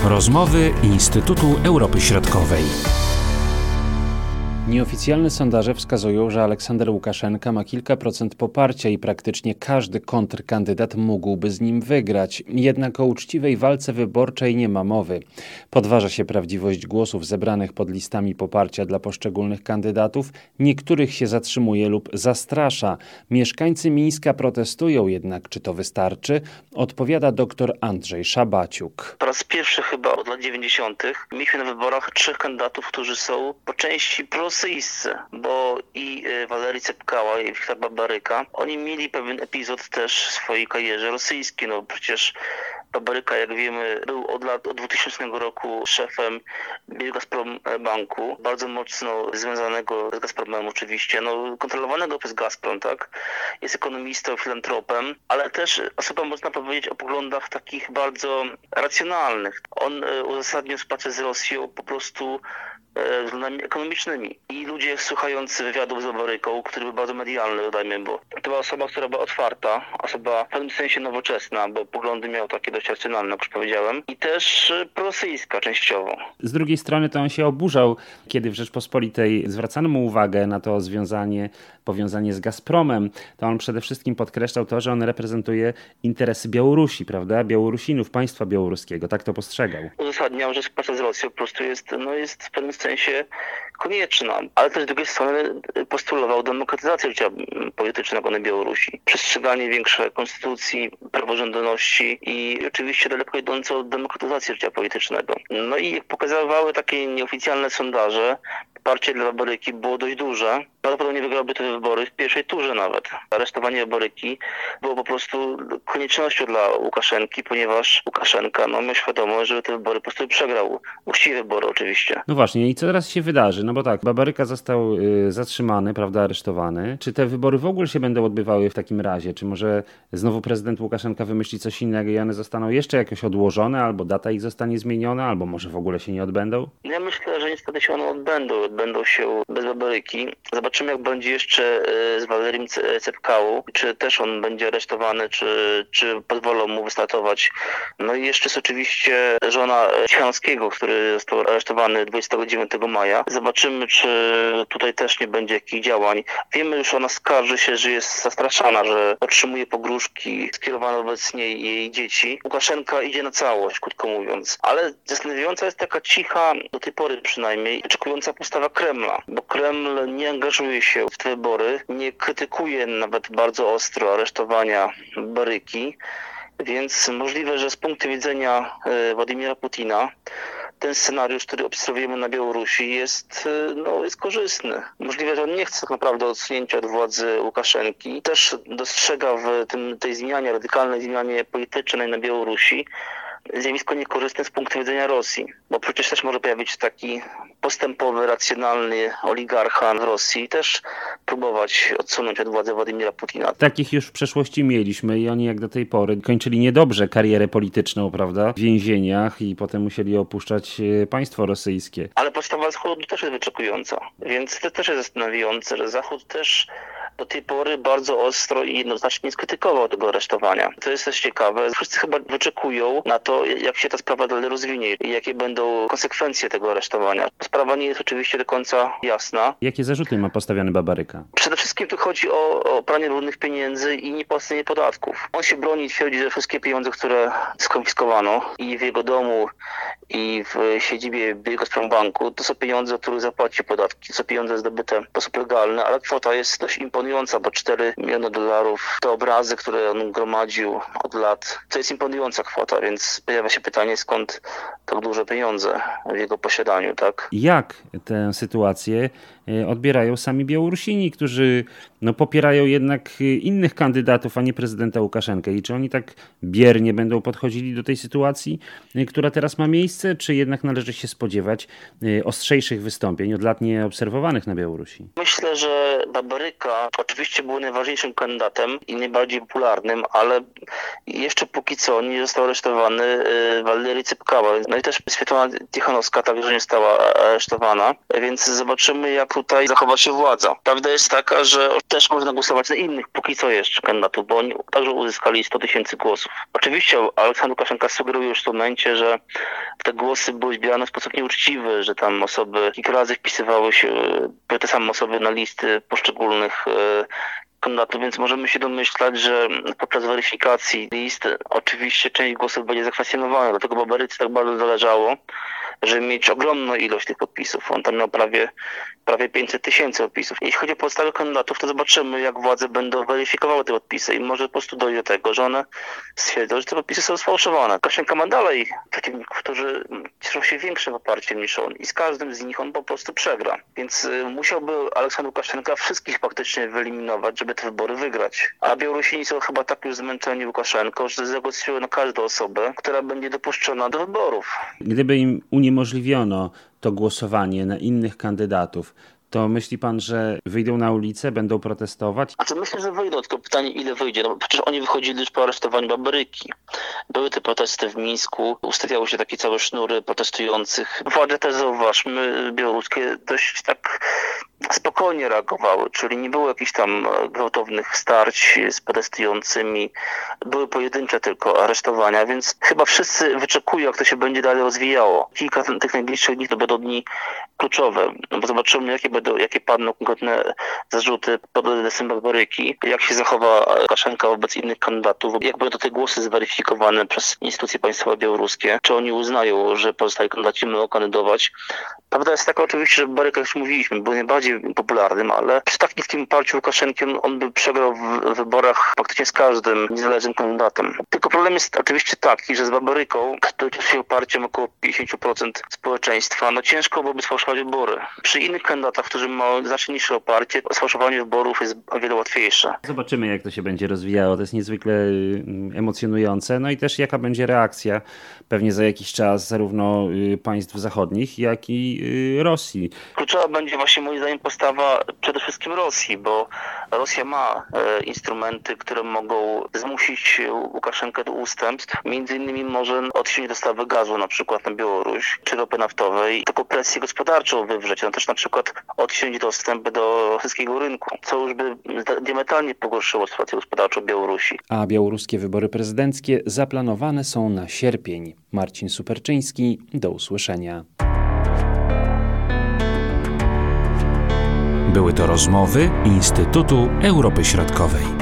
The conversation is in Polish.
Rozmowy Instytutu Europy Środkowej. Nieoficjalne sondaże wskazują, że Aleksander Łukaszenka ma kilka procent poparcia i praktycznie każdy kontrkandydat mógłby z nim wygrać. Jednak o uczciwej walce wyborczej nie ma mowy. Podważa się prawdziwość głosów zebranych pod listami poparcia dla poszczególnych kandydatów. Niektórych się zatrzymuje lub zastrasza. Mieszkańcy Mińska protestują, jednak czy to wystarczy? Odpowiada dr Andrzej Szabaciuk. Po raz pierwszy chyba od lat 90. mieliśmy na wyborach 3 kandydatów, którzy są po części rosyjscy, bo i Walery Cepkała, i Wiktor Babaryka, oni mieli pewien epizod też w swojej karierze rosyjskiej. No przecież Babaryka, jak wiemy, był od 2000 roku szefem Gazprom Banku, bardzo mocno związanego z Gazpromem oczywiście, kontrolowanego przez Gazprom, tak? Jest ekonomistą, filantropem, ale też osobą, można powiedzieć, o poglądach takich bardzo racjonalnych. On uzasadnił współpracę z Rosją po prostu względami ekonomicznymi. I ludzie słuchający wywiadów z Babaryką, który był bardzo medialny, dodajmy, bo to była osoba, która była otwarta, osoba w pewnym sensie nowoczesna, bo poglądy miał takie dość racjonalne, jak już powiedziałem, i też prorosyjska częściowo. Z drugiej strony to on się oburzał, kiedy w Rzeczpospolitej zwracano mu uwagę na to powiązanie z Gazpromem. To on przede wszystkim podkreślał to, że on reprezentuje interesy Białorusi, prawda? Białorusinów, państwa białoruskiego. Tak to postrzegał. Uzasadniał, że współpraca z Rosją po prostu jest w pewnym sensie konieczna, ale też z drugiej strony postulował demokratyzację życia politycznego na Białorusi. Przestrzeganie większej konstytucji, praworządności i oczywiście daleko idącą demokratyzację życia politycznego. No i jak pokazywały takie nieoficjalne sondaże, poparcie dla Babaryki było dość duże. Prawdopodobnie wygrałby te wybory w pierwszej turze nawet. Aresztowanie Babaryki było po prostu koniecznością dla Łukaszenki, ponieważ Łukaszenka miał świadomość, że te wybory po prostu przegrał. Uczciwe wybory oczywiście. No właśnie, i co teraz się wydarzy? No bo tak, Babaryka został zatrzymany, prawda, aresztowany. Czy te wybory w ogóle się będą odbywały w takim razie? Czy może znowu prezydent Łukaszenka wymyśli coś innego i one zostaną jeszcze jakoś odłożone, albo data ich zostanie zmieniona, albo może w ogóle się nie odbędą? Ja myślę, że niestety się one odbędą. Odbędą się bez Babaryki. Zobaczymy, jak będzie jeszcze z Walerym Cepkałą. Czy też on będzie aresztowany, czy pozwolą mu wystartować. No i jeszcze jest oczywiście żona Cichanowskiego, który został aresztowany 29 maja. Zobaczymy, czy tutaj też nie będzie jakichś działań. Wiemy już, ona skarży się, że jest zastraszana, że otrzymuje pogróżki skierowane wobec niej i jej dzieci. Łukaszenka idzie na całość, krótko mówiąc. Ale zastanawiająca jest taka cicha, do tej pory przynajmniej, oczekująca postawa Kremla. Bo Kreml nie angażuje się w te wybory, nie krytykuje nawet bardzo ostro aresztowania Baryki. Więc możliwe, że z punktu widzenia Władimira Putina ten scenariusz, który obserwujemy na Białorusi jest korzystny. Możliwe, że on nie chce tak naprawdę odsunięcia od władzy Łukaszenki. Też dostrzega w tej zmianie, radykalnej zmianie politycznej na Białorusi zjawisko niekorzystne z punktu widzenia Rosji. Bo przecież też może pojawić się taki postępowy, racjonalny oligarcha w Rosji i też próbować odsunąć od władzy Władimira Putina. Takich już w przeszłości mieliśmy i oni jak do tej pory kończyli niedobrze karierę polityczną, prawda? W więzieniach i potem musieli opuszczać państwo rosyjskie. Ale postawa Zachodu też jest wyczekująca. Więc to też jest zastanawiające, że Zachód też do tej pory bardzo ostro i jednoznacznie skrytykował tego aresztowania. To jest też ciekawe. Wszyscy chyba wyczekują na to, jak się ta sprawa dalej rozwinie i jakie będą konsekwencje tego aresztowania. Sprawa nie jest oczywiście do końca jasna. Jakie zarzuty ma postawiony Babaryka? Przede wszystkim tu chodzi o pranie brudnych pieniędzy i niepłacenie podatków. On się broni i twierdzi, że wszystkie pieniądze, które skonfiskowano i w jego domu, i w siedzibie Gazprom Banku, to są pieniądze, o których zapłaci podatki. To są pieniądze zdobyte w sposób legalny, ale kwota jest dość imponująca, bo $4 miliony, to obrazy, które on gromadził od lat. To jest imponująca kwota, więc pojawia się pytanie, skąd tak duże pieniądze w jego posiadaniu, tak? Jak tę sytuację odbierają sami Białorusini, którzy popierają jednak innych kandydatów, a nie prezydenta Łukaszenkę? I czy oni tak biernie będą podchodzili do tej sytuacji, która teraz ma miejsce, czy jednak należy się spodziewać ostrzejszych wystąpień od lat nieobserwowanych na Białorusi? Myślę, że Babaryka oczywiście był najważniejszym kandydatem i najbardziej popularnym, ale jeszcze póki co nie został aresztowany Walery Cepkała. No i też Światłana Cichanowska także nie została aresztowana, więc zobaczymy, jak tutaj zachowa się władza. Prawda jest taka, że też można głosować na innych, póki co jeszcze kandydatów, bo oni także uzyskali 100 000 głosów. Oczywiście Aleksander Łukaszenka sugeruje już w tym momencie, że te głosy były zbierane w sposób nieuczciwy, że tam osoby kilka razy wpisywały się, były te same osoby na listy poszczególnych kandydatów, więc możemy się domyślać, że podczas weryfikacji list oczywiście część głosów będzie zakwestionowana, dlatego Baberyce tak bardzo zależało, żeby mieć ogromną ilość tych podpisów. On tam miał prawie 500 000 podpisów. Jeśli chodzi o pozostałych kandydatów, to zobaczymy, jak władze będą weryfikowały te podpisy i może po prostu dojdzie do tego, że one stwierdzą, że te podpisy są sfałszowane. Łukaszenka ma dalej przeciwników, którzy cieszą się większym poparciem niż on i z każdym z nich on po prostu przegra. Więc musiałby Aleksander Łukaszenka wszystkich faktycznie wyeliminować, żeby te wybory wygrać. A Białorusini są chyba tak już zmęczeni Łukaszenką, że zagłosują na każdą osobę, która będzie dopuszczona do wyborów. Gdyby im uniemożliwiono to głosowanie na innych kandydatów, to myśli pan, że wyjdą na ulicę, będą protestować? Myślę, że wyjdą, tylko pytanie, ile wyjdzie. No, przecież oni wychodzili już po aresztowaniu Baberyki. Były te protesty w Mińsku, ustawiały się takie całe sznury protestujących. Władze też, zauważmy, białoruskie dość tak spokojnie reagowały, czyli nie było jakichś tam gwałtownych starć z protestującymi. Były pojedyncze tylko aresztowania, więc chyba wszyscy wyczekują, jak to się będzie dalej rozwijało. Kilka tych najbliższych dni to będą dni kluczowe, bo zobaczymy, jakie padną konkretne zarzuty pod adresem Baberyki, jak się zachowa Łukaszenka wobec innych kandydatów, jak będą te głosy zweryfikowane przez instytucje państwowe białoruskie, czy oni uznają, że pozostali kandydaci mogą kandydować. Prawda jest taka oczywiście, że Baberyka, jak już mówiliśmy, był najbardziej popularnym, ale przy takim wielkim poparciu Łukaszenki on by przegrał w wyborach praktycznie z każdym niezależnym kandydatem. Tylko problem jest oczywiście taki, że z Baberyką, który cieszy się poparciem około 50% społeczeństwa, ciężko byłoby sfałszować wybory. Przy innych kandydatach, którzy mają znacznie niższe oparcie, sfałszowanie wyborów jest o wiele łatwiejsze. Zobaczymy, jak to się będzie rozwijało. To jest niezwykle emocjonujące. No i też jaka będzie reakcja pewnie za jakiś czas zarówno państw zachodnich, jak i Rosji. Kluczowa będzie właśnie moim zdaniem postawa przede wszystkim Rosji, bo Rosja ma instrumenty, które mogą zmusić Łukaszenkę do ustępstw. Między innymi może odciąć dostawy gazu na przykład na Białoruś, czy ropy naftowej, taką presję gospodarczą wywrzeć. Też na przykład odciąć dostęp do rosyjskiego rynku, co już by diametralnie pogorszyło sytuację gospodarczą Białorusi. A białoruskie wybory prezydenckie zaplanowane są na sierpień. Marcin Superczyński, do usłyszenia. Były to rozmowy Instytutu Europy Środkowej.